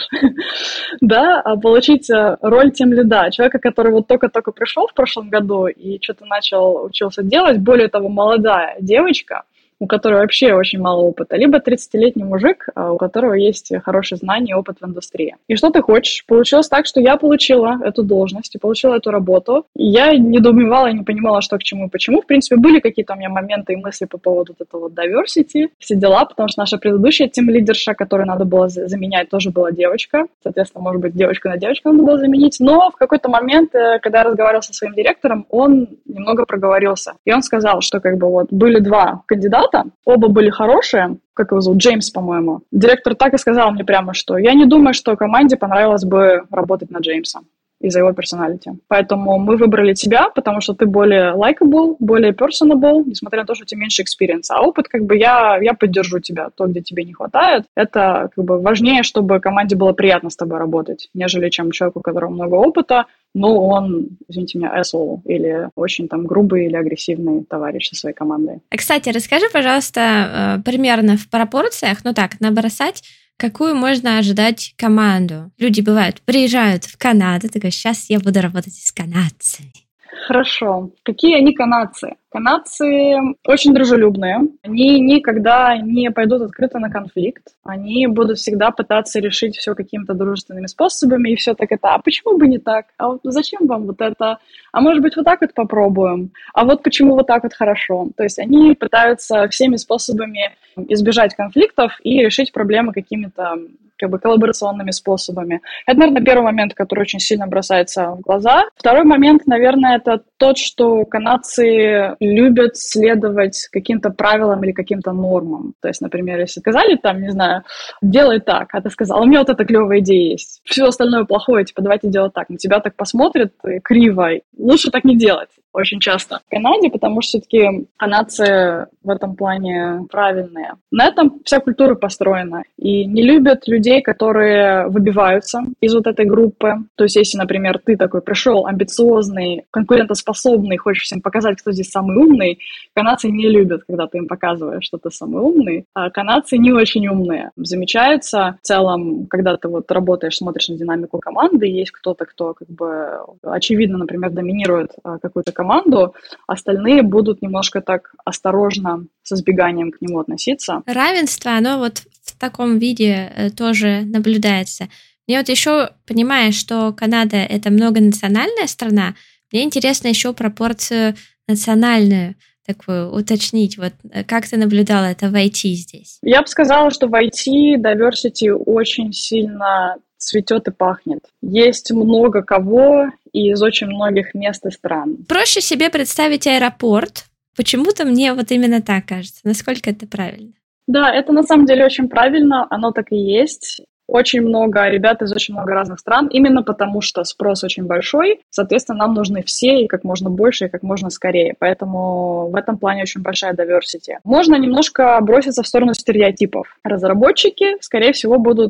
да, получить роль тимлида, человека, который вот только-только пришел в прошлом году и что-то начал, учился делать, более того, молодая девочка, у которой вообще очень мало опыта, либо тридцатилетний мужик, у которого есть хорошие знания и опыт в индустрии. И что ты хочешь? Получилось так, что я получила эту должность и получила эту работу. И я недоумевала и не понимала, что к чему и почему. В принципе, были какие-то у меня моменты и мысли по поводу вот этого diversity, все дела, потому что наша предыдущая тим-лидерша, которую надо было заменять, тоже была девочка. Соответственно, может быть, девочку на девочку надо было заменить. Но в какой-то момент, когда я разговаривала со своим директором, он немного проговорился. И он сказал, что как бы вот были два кандидата, оба были хорошие, как его зовут, Джеймс, по-моему. Директор так и сказал мне прямо, что я не думаю, что команде понравилось бы работать на Джеймса из-за его персоналити. Поэтому мы выбрали тебя, потому что ты более likable, более personable, несмотря на то, что у тебя меньше experience. А опыт, как бы, я, я поддержу тебя. То, где тебе не хватает, это как бы важнее, чтобы команде было приятно с тобой работать, нежели чем человеку, у которого много опыта, но он, извините меня, asshole, или очень там грубый или агрессивный товарищ со своей командой. Кстати, расскажи, пожалуйста, примерно в пропорциях, ну так, набросать, какую можно ожидать команду. Люди бывают, приезжают в Канаду, такой, сейчас я буду работать с канадцами. Хорошо. Какие они канадцы? Канадцы очень дружелюбные. Они никогда не пойдут открыто на конфликт. Они будут всегда пытаться решить все какими-то дружественными способами. И все так это, а почему бы не так? А вот зачем вам вот это? А может быть, вот так вот попробуем? А вот почему вот так вот хорошо? То есть они пытаются всеми способами избежать конфликтов и решить проблемы какими-то как бы коллаборационными способами. Это, наверное, первый момент, который очень сильно бросается в глаза. Второй момент, наверное, это тот, что канадцы любят следовать каким-то правилам или каким-то нормам. То есть, например, если сказали там, не знаю, делай так, а ты сказал, у меня вот эта клевая идея есть, все остальное плохое, типа, давайте делать так. На тебя так посмотрят криво, лучше так не делать. Очень часто в Канаде, потому что все-таки канадцы в этом плане правильные. На этом вся культура построена. И не любят людей, которые выбиваются из вот этой группы. То есть, если, например, ты такой пришел амбициозный, конкурентоспособный, хочешь всем показать, кто здесь самый умный, канадцы не любят, когда ты им показываешь, что ты самый умный. А канадцы не очень умные. Замечается в целом, когда ты вот работаешь, смотришь на динамику команды, есть кто-то, кто как бы очевидно, например, доминирует какую-то команду, команду, остальные будут немножко так осторожно с избеганием к нему относиться. Равенство, оно вот в таком виде тоже наблюдается. Мне вот еще, понимая, что Канада — это многонациональная страна, мне интересно еще пропорцию национальную такую уточнить. Вот как ты наблюдала это в ай ти здесь? Я бы сказала, что в ай ти diversity очень сильно цветет и пахнет. Есть много кого из очень многих мест и стран. Проще себе представить аэропорт. Почему-то мне вот именно так кажется. Насколько это правильно? Да, это на самом деле очень правильно. Оно так и есть. Очень много ребят из очень много разных стран, именно потому что спрос очень большой, соответственно, нам нужны все и как можно больше, и как можно скорее. Поэтому в этом плане очень большая diversity. Можно немножко броситься в сторону стереотипов. Разработчики, скорее всего, будут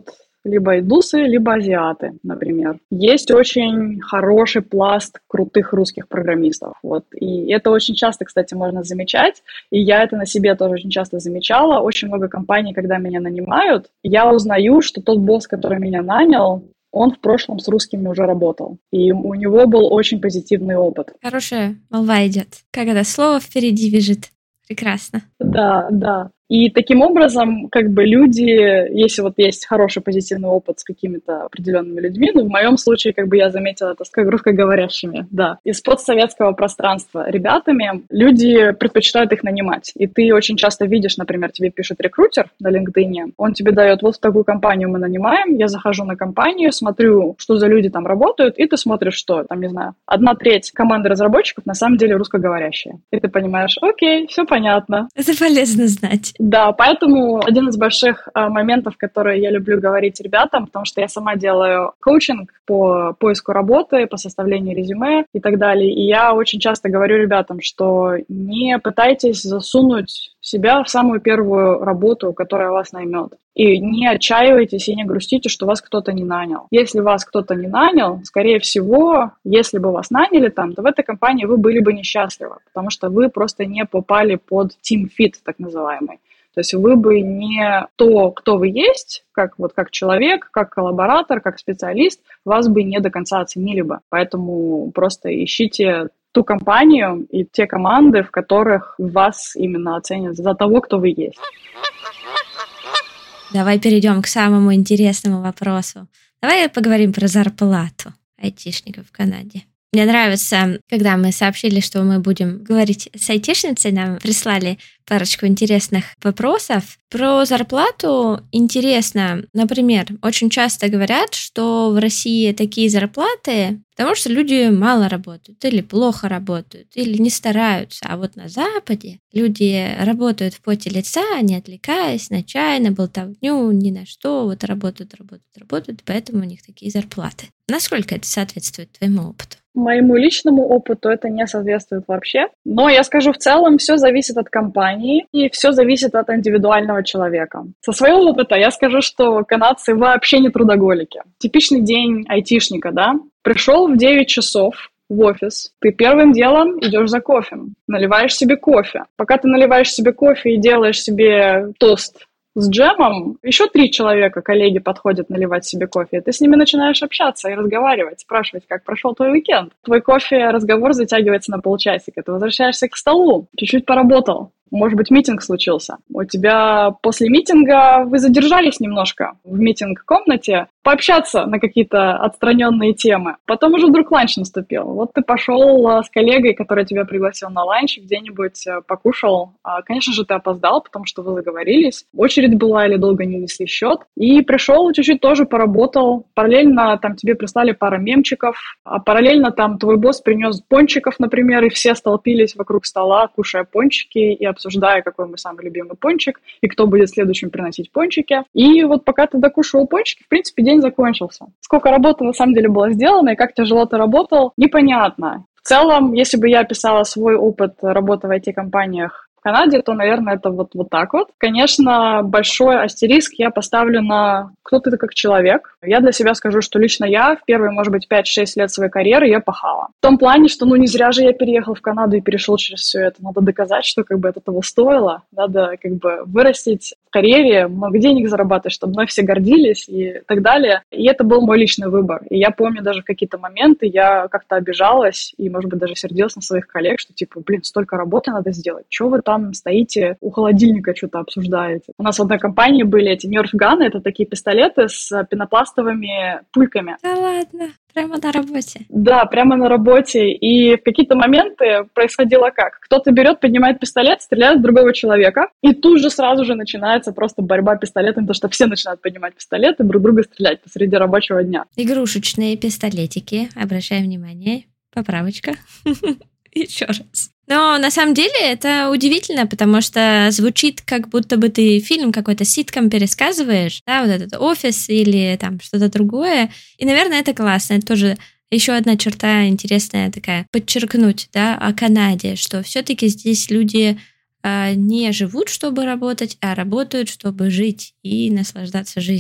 либо индусы, либо азиаты, например. Есть очень хороший пласт крутых русских программистов. Вот. И это очень часто, кстати, можно замечать. И я это на себе тоже очень часто замечала. Очень много компаний, когда меня нанимают, я узнаю, что тот босс, который меня нанял, он в прошлом с русскими уже работал. И у него был очень позитивный опыт. Хорошая молва идет. Как это слово впереди бежит. Прекрасно. Да, да. И таким образом, как бы люди, если вот есть хороший позитивный опыт с какими-то определенными людьми, ну, в моем случае, как бы я заметила это с как русскоговорящими, да, из постсоветского пространства ребятами, люди предпочитают их нанимать. И ты очень часто видишь, например, тебе пишет рекрутер на LinkedIn, он тебе дает: вот в такую компанию мы нанимаем, я захожу на компанию, смотрю, что за люди там работают, и ты смотришь, что там, не знаю, одна треть команды разработчиков на самом деле русскоговорящие. И ты понимаешь: окей, все понятно. Это полезно знать. Да, поэтому один из больших а, моментов, которые я люблю говорить ребятам, потому что я сама делаю коучинг по поиску работы, по составлению резюме и так далее, и я очень часто говорю ребятам, что не пытайтесь засунуть себя в самую первую работу, которая вас наймет. И не отчаивайтесь и не грустите, что вас кто-то не нанял. Если вас кто-то не нанял, скорее всего, если бы вас наняли там, то в этой компании вы были бы несчастливы, потому что вы просто не попали под team fit, так называемый. То есть вы бы не то, кто вы есть, как, вот, как человек, как коллаборатор, как специалист, вас бы не до конца оценили бы. Поэтому просто ищите ту компанию и те команды, в которых вас именно оценят за того, кто вы есть. Давай перейдем к самому интересному вопросу. Давай поговорим про зарплату айтишников в Канаде. Мне нравится, когда мы сообщили, что мы будем говорить с айтишницей, нам прислали парочку интересных вопросов. Про зарплату интересно, например, очень часто говорят, что в России такие зарплаты, потому что люди мало работают, или плохо работают, или не стараются. А вот на Западе люди работают в поте лица, не отвлекаясь на чай, на болтовню, ни на что, вот работают, работают, работают, поэтому у них такие зарплаты. Насколько это соответствует твоему опыту? Моему личному опыту это не соответствует вообще. Но я скажу, в целом все зависит от компании и все зависит от индивидуального человека. Со своего опыта я скажу, что канадцы вообще не трудоголики. Типичный день айтишника, да? Пришел в девять часов в офис, ты первым делом идешь за кофе, наливаешь себе кофе. Пока ты наливаешь себе кофе и делаешь себе тост с джемом, еще три человека, коллеги, подходят наливать себе кофе, и ты с ними начинаешь общаться и разговаривать, спрашивать, как прошел твой уикенд. Твой кофе, разговор затягивается на полчасика, ты возвращаешься к столу, чуть-чуть поработал, может быть, митинг случился. У тебя после митинга вы задержались немножко в митинг-комнате, пообщаться на какие-то отстраненные темы. Потом уже вдруг ланч наступил. Вот ты пошел с коллегой, который тебя пригласил на ланч, где-нибудь покушал. Конечно же, ты опоздал, потому что вы заговорились. Очередь была или долго не несли счет. И пришел, чуть-чуть тоже поработал. Параллельно там тебе прислали пару мемчиков, а параллельно там твой босс принес пончиков, например, и все столпились вокруг стола, кушая пончики и обсуждая, какой мой самый любимый пончик, и кто будет следующим приносить пончики. И вот пока ты докушивал пончики, в принципе, день закончился. Сколько работы на самом деле было сделано, и как тяжело ты работал, непонятно. В целом, если бы я описала свой опыт работы в ай ти-компаниях в Канаде, то, наверное, это вот, вот так вот. Конечно, большой астериск я поставлю на кто ты как человек. Я для себя скажу, что лично я в первые, может быть, пять-шесть лет своей карьеры я пахала. В том плане, что ну не зря же я переехал в Канаду и перешел через все это. Надо доказать, что как бы это того стоило. Надо как бы вырастить в карьере, много денег зарабатывать, чтобы мной все гордились и так далее. И это был мой личный выбор. И я помню даже в какие-то моменты я как-то обижалась и, может быть, даже сердилась на своих коллег, что типа, блин, столько работы надо сделать. Чего вы там стоите у холодильника, что-то обсуждаете? У нас в одной компании были эти нерфганы, это такие пистолеты с пенопластовыми пульками. Да ладно, прямо на работе? Да, прямо на работе. И в какие-то моменты происходило как? Кто-то берет, поднимает пистолет, стреляет в другого человека, и тут же сразу же начинается просто борьба пистолетом, потому что все начинают поднимать пистолеты, друг друга стрелять посреди рабочего дня. Игрушечные пистолетики, обращаем внимание, поправочка. Еще раз. Но на самом деле это удивительно, потому что звучит, как будто бы ты фильм какой-то ситком пересказываешь, да, вот этот офис или там что-то другое. И, наверное, это классно. Это тоже еще одна черта интересная такая, подчеркнуть, да, о Канаде, что все-таки здесь люди а, не живут, чтобы работать, а работают, чтобы жить и наслаждаться жизнью.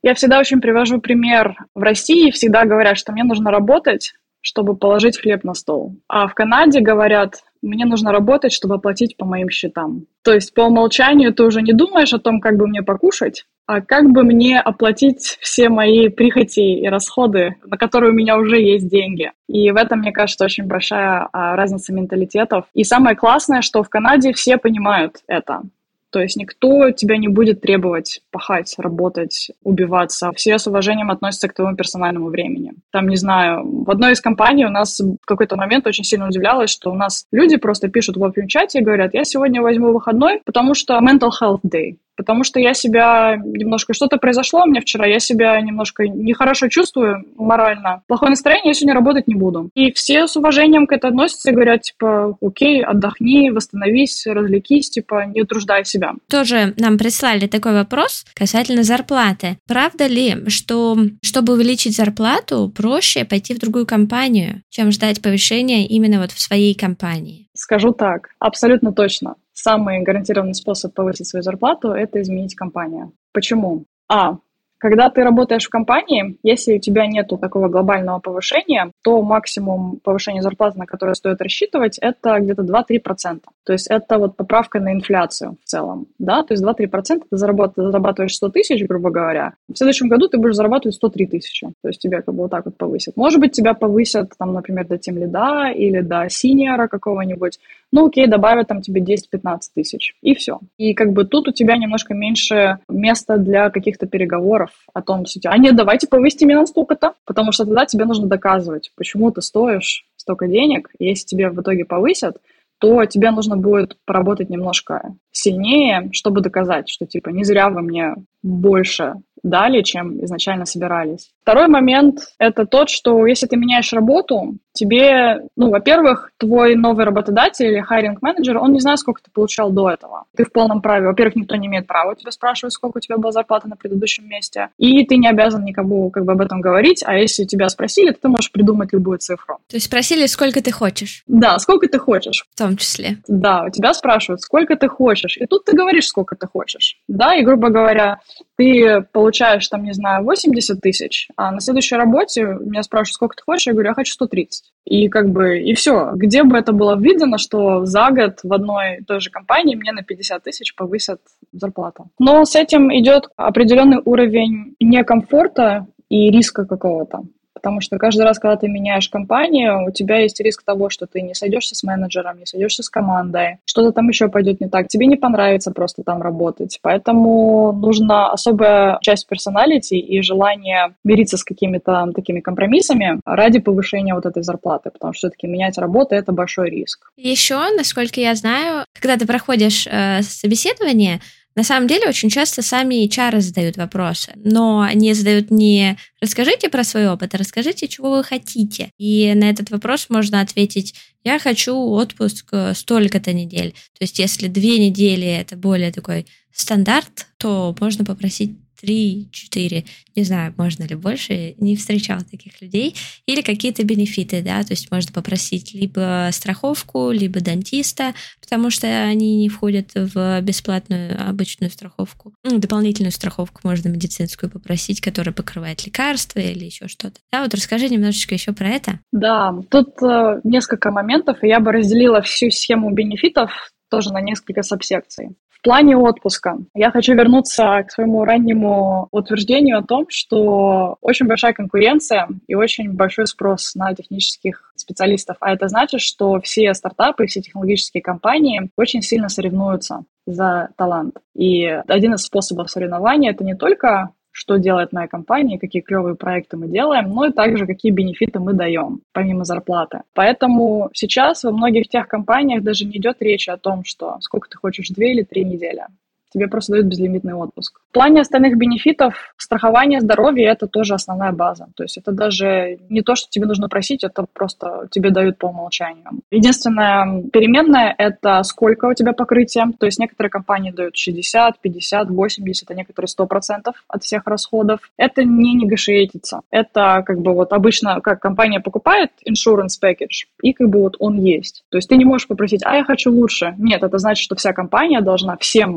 Я всегда очень привожу пример. В России всегда говорят, что мне нужно работать, чтобы положить хлеб на стол. А в Канаде говорят, мне нужно работать, чтобы оплатить по моим счетам. То есть по умолчанию ты уже не думаешь о том, как бы мне покушать, а как бы мне оплатить все мои прихоти и расходы, на которые у меня уже есть деньги. И в этом, мне кажется, очень большая а, разница менталитетов. И самое классное, что в Канаде все понимают это. То есть никто тебя не будет требовать пахать, работать, убиваться. Все с уважением относятся к твоему персональному времени. Там, не знаю, в одной из компаний у нас в какой-то момент очень сильно удивлялось, что у нас люди просто пишут в общем чате и говорят, я сегодня возьму выходной, потому что mental health day. Потому что я себя немножко... Что-то произошло у меня вчера, я себя немножко нехорошо чувствую морально. Плохое настроение, я сегодня работать не буду. И все с уважением к этому относятся и говорят, типа, окей, отдохни, восстановись, развлекись, типа, не утруждай себя. Тоже нам прислали такой вопрос касательно зарплаты. Правда ли, что, чтобы увеличить зарплату, проще пойти в другую компанию, чем ждать повышения именно вот в своей компании? Скажу так, абсолютно точно. Самый гарантированный способ повысить свою зарплату – это изменить компанию. Почему? А. Когда ты работаешь в компании, если у тебя нет такого глобального повышения, то максимум повышения зарплаты, на которое стоит рассчитывать, это где-то два-три процента. То есть это вот поправка на инфляцию в целом. Да? То есть два-три процента ты зарабатываешь сто тысяч, грубо говоря. В следующем году ты будешь зарабатывать сто три тысячи. То есть тебя как бы вот так вот повысят. Может быть, тебя повысят, там, например, до тимлида или до синьора какого-нибудь. Ну, окей, добавят там тебе десять-пятнадцать тысяч. И все. И как бы тут у тебя немножко меньше места для каких-то переговоров о том, что а нет, давайте повысьте меня на столько-то, потому что тогда тебе нужно доказывать, почему ты стоишь столько денег. И если тебе в итоге повысят, то тебе нужно будет поработать немножко сильнее, чтобы доказать, что типа не зря вы мне больше дали, чем изначально собирались. Второй момент – это тот, что если ты меняешь работу, тебе, ну, во-первых, твой новый работодатель или хайринг-менеджер, он не знает, сколько ты получал до этого. Ты в полном праве. Во-первых, никто не имеет права тебя спрашивать, сколько у тебя была зарплата на предыдущем месте, и ты не обязан никому как бы об этом говорить, а если тебя спросили, то ты можешь придумать любую цифру. То есть спросили, сколько ты хочешь? Да, сколько ты хочешь. В том числе. Да, у тебя спрашивают, сколько ты хочешь, и тут ты говоришь, сколько ты хочешь. Да, и, грубо говоря, ты получаешь, там, не знаю, восемьдесят тысяч, а на следующей работе меня спрашивают, сколько ты хочешь, я говорю, я хочу сто тридцать. И как бы, и все. Где бы это было видно, что за год в одной и той же компании мне на пятьдесят тысяч повысят зарплату. Но с этим идет определенный уровень некомфорта и риска какого-то. Потому что каждый раз, когда ты меняешь компанию, у тебя есть риск того, что ты не сойдешься с менеджером, не сойдешься с командой, что-то там еще пойдет не так, тебе не понравится просто там работать. Поэтому нужна особая часть персоналити и желание мириться с какими-то такими компромиссами ради повышения вот этой зарплаты, потому что все-таки менять работу – это большой риск. Еще, насколько я знаю, когда ты проходишь э, собеседование, на самом деле, очень часто сами эйч ар задают вопросы, но они задают не «расскажите про свой опыт», а «расскажите, чего вы хотите». И на этот вопрос можно ответить «я хочу отпуск столько-то недель». То есть, если две недели – это более такой стандарт, то можно попросить три, четыре, не знаю, можно ли больше, не встречала таких людей, или какие-то бенефиты, да, то есть можно попросить либо страховку, либо дантиста, потому что они не входят в бесплатную обычную страховку. Ну, дополнительную страховку можно медицинскую попросить, которая покрывает лекарства или еще что-то. Да, вот расскажи немножечко еще про это. Да, тут э, несколько моментов, и я бы разделила всю схему бенефитов тоже на несколько сабсекций. В плане отпуска я хочу вернуться к своему раннему утверждению о том, что очень большая конкуренция и очень большой спрос на технических специалистов. А это значит, что все стартапы, все технологические компании очень сильно соревнуются за талант. И один из способов соревнования – это не только что делает моя компания, какие клевые проекты мы делаем, но и также какие бенефиты мы даем, помимо зарплаты. Поэтому сейчас во многих тех компаниях даже не идет речи о том, что сколько ты хочешь, две или три недели. Тебе просто дают безлимитный отпуск. В плане остальных бенефитов страхование здоровья – это тоже основная база. То есть это даже не то, что тебе нужно просить, это просто тебе дают по умолчанию. Единственная переменная – это сколько у тебя покрытия. То есть некоторые компании дают шестьдесят, пятьдесят, восемьдесят, а некоторые сто процентов от всех расходов. Это не негошиетится. Это как бы вот обычно, как компания покупает insurance package, и как бы вот он есть. То есть ты не можешь попросить, а я хочу лучше. Нет, это значит, что вся компания должна всем работникам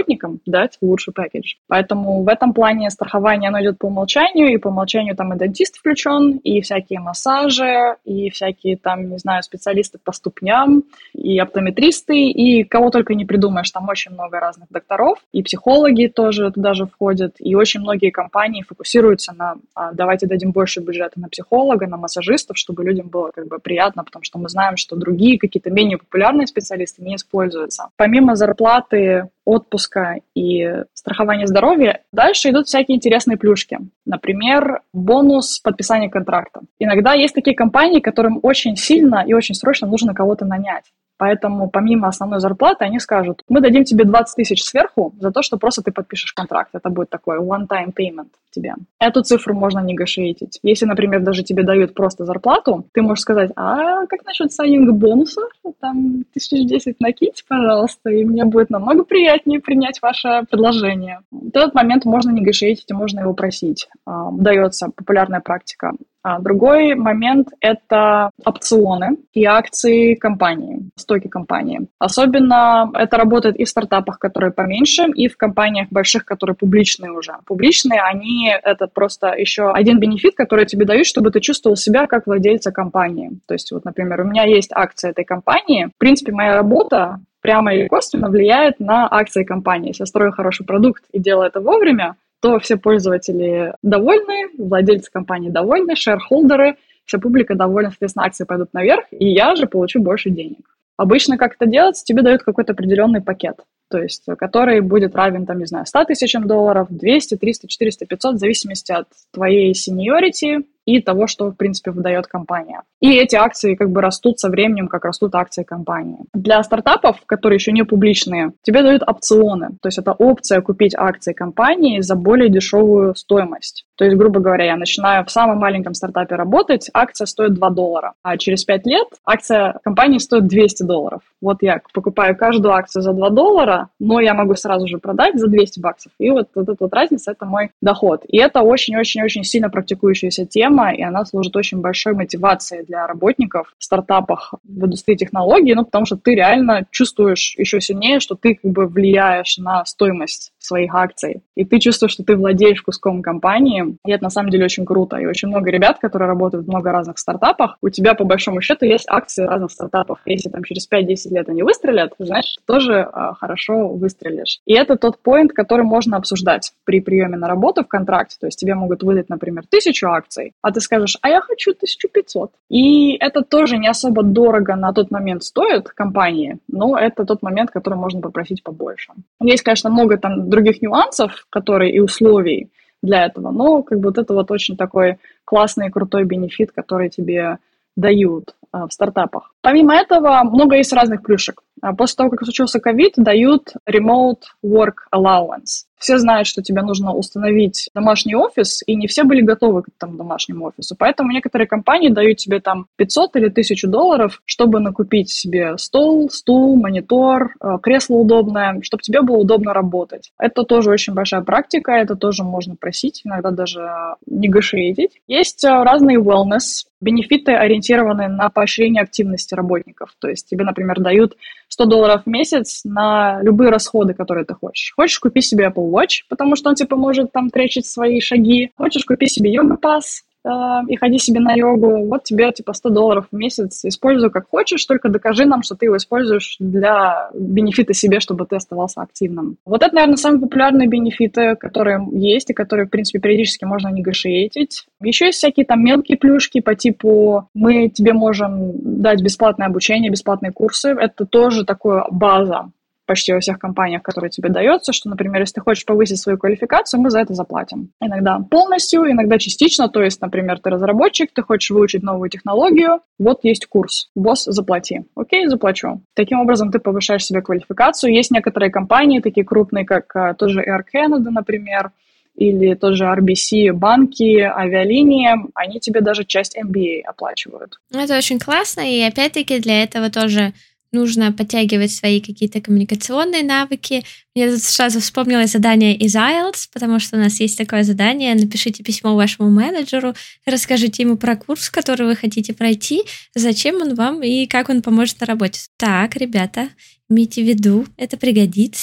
работникам дать лучший пакетж. Поэтому в этом плане страхование, оно идет по умолчанию, и по умолчанию там и дантист включен, и всякие массажи, и всякие там, не знаю, специалисты по ступням, и оптометристы, и кого только не придумаешь, там очень много разных докторов, и психологи тоже туда же входят, и очень многие компании фокусируются на а, давайте дадим больше бюджета на психолога, на массажистов, чтобы людям было как бы приятно, потому что мы знаем, что другие какие-то менее популярные специалисты не используются. Помимо зарплаты, отпуска и страхования здоровья, дальше идут всякие интересные плюшки. Например, бонус подписания контракта. Иногда есть такие компании, которым очень сильно и очень срочно нужно кого-то нанять. Поэтому помимо основной зарплаты они скажут, мы дадим тебе двадцать тысяч сверху за то, что просто ты подпишешь контракт. Это будет такой one-time payment тебе. Эту цифру можно негошейтить. Если, например, даже тебе дают просто зарплату, ты можешь сказать, а как насчет сайнинга бонуса? Там тысяч десять накиньте, пожалуйста, и мне будет намного приятнее принять ваше предложение. В этот момент можно негошейтить и можно его просить. Дается популярная практика. А другой момент – это опционы и акции компании, стоки компании. Особенно это работает и в стартапах, которые поменьше, и в компаниях больших, которые публичные уже. Публичные, они – это просто еще один бенефит, который тебе дают, чтобы ты чувствовал себя как владельца компании. То есть, вот, например, у меня есть акции этой компании. В принципе, моя работа прямо или косвенно влияет на акции компании. Если я строю хороший продукт и делаю это вовремя, то все пользователи довольны, владельцы компании довольны, шерхолдеры, вся публика довольна, соответственно, акции пойдут наверх, и я же получу больше денег. Обычно как это делается? Тебе дают какой-то определенный пакет, то есть который будет равен, там, не знаю, ста тысячам долларов, двести, триста, четыреста, пятьсот, в зависимости от твоей сеньорити и того, что, в принципе, выдает компания. И эти акции как бы растут со временем, как растут акции компании. Для стартапов, которые еще не публичные, тебе дают опционы. То есть это опция купить акции компании за более дешевую стоимость. То есть, грубо говоря, я начинаю в самом маленьком стартапе работать, акция стоит два доллара, а через пять лет акция компании стоит двести долларов. Вот я покупаю каждую акцию за два доллара, но я могу сразу же продать за двести баксов. И вот, вот эта вот разница – это мой доход. И это очень-очень-очень сильно практикующаяся тема, и она служит очень большой мотивацией для работников в стартапах в индустрии технологий, ну, потому что ты реально чувствуешь еще сильнее, что ты как бы влияешь на стоимость своих акций, и ты чувствуешь, что ты владеешь куском компании, и это на самом деле очень круто. И очень много ребят, которые работают в много разных стартапах, у тебя по большому счету есть акции разных стартапов. Если там через пять-десять лет они выстрелят, значит, ты тоже а, хорошо выстрелишь. И это тот поинт, который можно обсуждать при приеме на работу в контракте. То есть тебе могут выдать, например, тысячу акций, а ты скажешь, а я хочу тысячу пятьсот. И это тоже не особо дорого на тот момент стоит компании, но это тот момент, который можно попросить побольше. Есть, конечно, много там других нюансов, которые и условий для этого, но как бы вот это вот очень такой классный, крутой бенефит, который тебе дают а, в стартапах. Помимо этого, много есть разных плюшек. После того, как случился ковид, дают remote work allowance. Все знают, что тебе нужно установить домашний офис, и не все были готовы к этому домашнему офису. Поэтому некоторые компании дают тебе там пятьсот или тысячу долларов, чтобы накупить себе стол, стул, монитор, кресло удобное, чтобы тебе было удобно работать. Это тоже очень большая практика, это тоже можно просить, иногда даже негошейтить. Есть разные wellness, бенефиты, ориентированные на поощрение активности работников. То есть тебе, например, дают сто долларов в месяц на любые расходы, которые ты хочешь. Хочешь, купи себе Apple Watch, потому что он тебе поможет там тречить свои шаги. Хочешь, купи себе йога-пас э, и ходи себе на йогу. Вот тебе типа сто долларов в месяц. Используй как хочешь, только докажи нам, что ты его используешь для бенефита себе, чтобы ты оставался активным. Вот это, наверное, самые популярные бенефиты, которые есть и которые, в принципе, периодически можно негошейтить. Еще есть всякие там мелкие плюшки по типу мы тебе можем дать бесплатное обучение, бесплатные курсы. Это тоже такая база почти во всех компаниях, которые тебе дается, что, например, если ты хочешь повысить свою квалификацию, мы за это заплатим. Иногда полностью, иногда частично, то есть, например, ты разработчик, ты хочешь выучить новую технологию, вот есть курс, босс, заплати. Окей, заплачу. Таким образом, ты повышаешь себе квалификацию. Есть некоторые компании, такие крупные, как а, тот же Air Canada, например, или тот же ар би си, банки, авиалинии, они тебе даже часть эм би эй оплачивают. Это очень классно, и опять-таки для этого тоже нужно подтягивать свои какие-то коммуникационные навыки. Мне тут сразу вспомнилось задание из ай эл ти эс, потому что у нас есть такое задание. Напишите письмо вашему менеджеру, расскажите ему про курс, который вы хотите пройти, зачем он вам и как он поможет на работе. Так, ребята, имейте в виду, это пригодится в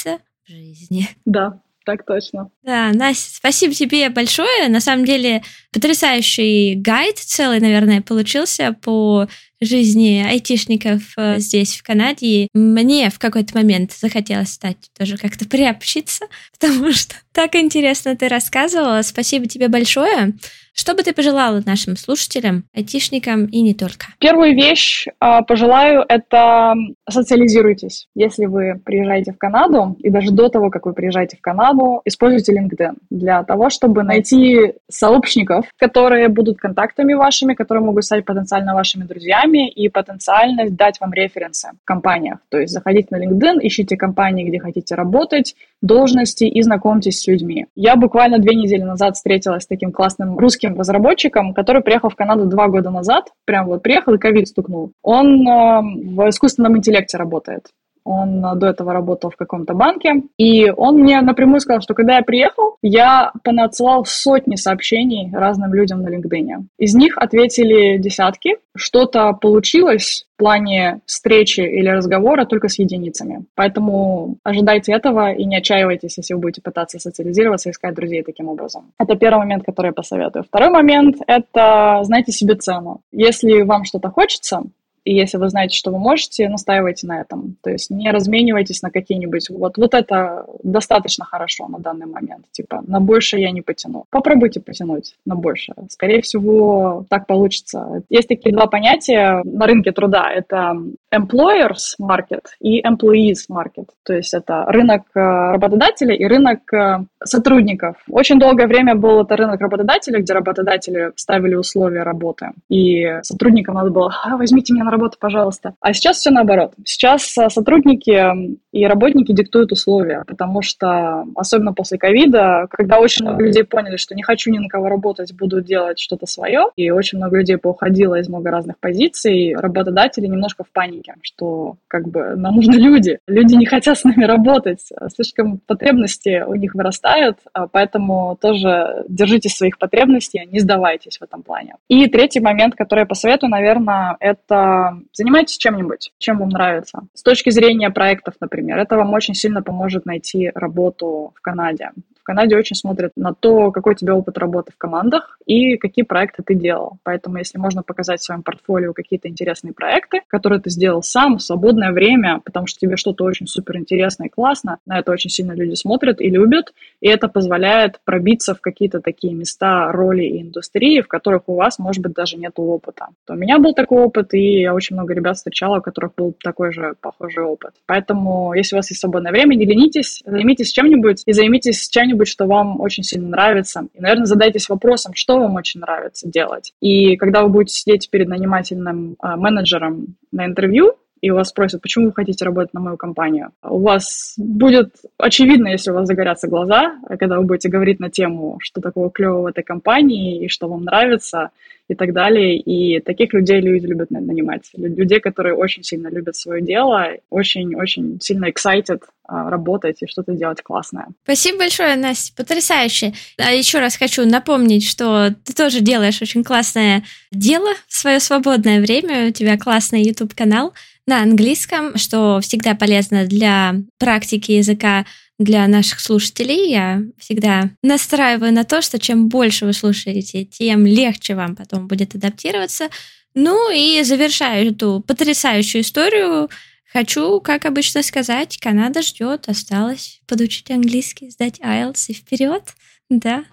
жизни. Да, так точно. Да, Настя, спасибо тебе большое. На самом деле потрясающий гайд целый, наверное, получился по жизни айтишников здесь, в Канаде. Мне в какой-то момент захотелось стать тоже как-то приобщиться, потому что так интересно ты рассказывала. Спасибо тебе большое. Что бы ты пожелала нашим слушателям, айтишникам и не только? Первую вещь э, пожелаю – это социализируйтесь. Если вы приезжаете в Канаду, и даже до того, как вы приезжаете в Канаду, используйте LinkedIn для того, чтобы найти сообщников, которые будут контактами вашими, которые могут стать потенциально вашими друзьями и потенциально дать вам референсы в компаниях. То есть заходите на LinkedIn, ищите компании, где хотите работать, должности и знакомьтесь с людьми. Я буквально две недели назад встретилась с таким классным русским разработчиком, который приехал в Канаду два года назад, прям вот приехал и ковид стукнул. Он э, в искусственном интеллекте работает. Он до этого работал в каком-то банке, и он мне напрямую сказал, что когда я приехал, я понадсылал сотни сообщений разным людям на LinkedIn. Из них ответили десятки, что-то получилось в плане встречи или разговора только с единицами. Поэтому ожидайте этого и не отчаивайтесь, если вы будете пытаться социализироваться и искать друзей таким образом. Это первый момент, который я посоветую. Второй момент – это знайте себе цену. Если вам что-то хочется, и если вы знаете, что вы можете, настаивайте на этом. То есть не разменивайтесь на какие-нибудь... Вот, вот это достаточно хорошо на данный момент. Типа, на больше я не потяну. Попробуйте потянуть на больше. Скорее всего, так получится. Есть такие два понятия на рынке труда. Это employers market и employees market. То есть это рынок работодателя и рынок сотрудников. Очень долгое время был это рынок работодателя, где работодатели ставили условия работы. И сотрудникам надо было: а, возьмите меня на работу, пожалуйста. А сейчас все наоборот. Сейчас сотрудники и работники диктуют условия, потому что, особенно после ковида, когда очень много людей поняли, что не хочу ни на кого работать, буду делать что-то свое, и очень много людей поуходило из много разных позиций, работодатели немножко в панике, что как бы нам нужны люди. Люди не хотят с нами работать, слишком потребности у них вырастают, поэтому тоже держитесь своих потребностей, не сдавайтесь в этом плане. И третий момент, который я посоветую, наверное, это занимайтесь чем-нибудь, чем вам нравится. С точки зрения проектов, например, это вам очень сильно поможет найти работу в Канаде. В Канаде очень смотрят на то, какой у тебя опыт работы в командах и какие проекты ты делал. Поэтому если можно показать в своем портфолио какие-то интересные проекты, которые ты сделал сам в свободное время, потому что тебе что-то очень суперинтересно и классно, на это очень сильно люди смотрят и любят, и это позволяет пробиться в какие-то такие места, роли и индустрии, в которых у вас, может быть, даже нет опыта. У меня был такой опыт, и я очень много ребят встречала, у которых был такой же похожий опыт. Поэтому, если у вас есть свободное время, не ленитесь, займитесь чем-нибудь и займитесь чем-нибудь, что вам очень сильно нравится. И, наверное, задайтесь вопросом, что вам очень нравится делать. И когда вы будете сидеть перед нанимательным э, менеджером на интервью, и у вас спросят, почему вы хотите работать на мою компанию, у вас будет очевидно, если у вас загорятся глаза, когда вы будете говорить на тему, что такого клевого в этой компании, и что вам нравится, и так далее. И таких людей люди любят нанимать. Людей, которые очень сильно любят свое дело, очень-очень сильно excited работать и что-то делать классное. Спасибо большое, Настя, потрясающе. А еще раз хочу напомнить, что ты тоже делаешь очень классное дело в свое свободное время, у тебя классный YouTube-канал на английском, что всегда полезно для практики языка для наших слушателей. Я всегда настраиваю на то, что чем больше вы слушаете, тем легче вам потом будет адаптироваться. Ну и завершаю эту потрясающую историю. Хочу, как обычно, сказать, Канада ждет, осталось подучить английский, сдать айлтс и вперед. Да.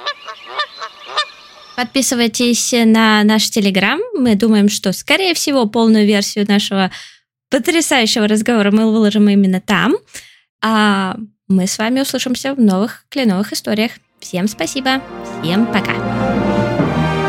Подписывайтесь на наш Телеграм. Мы думаем, что, скорее всего, полную версию нашего потрясающего разговора мы выложим именно там. А мы с вами услышимся в новых кленовых историях. Всем спасибо. Всем пока.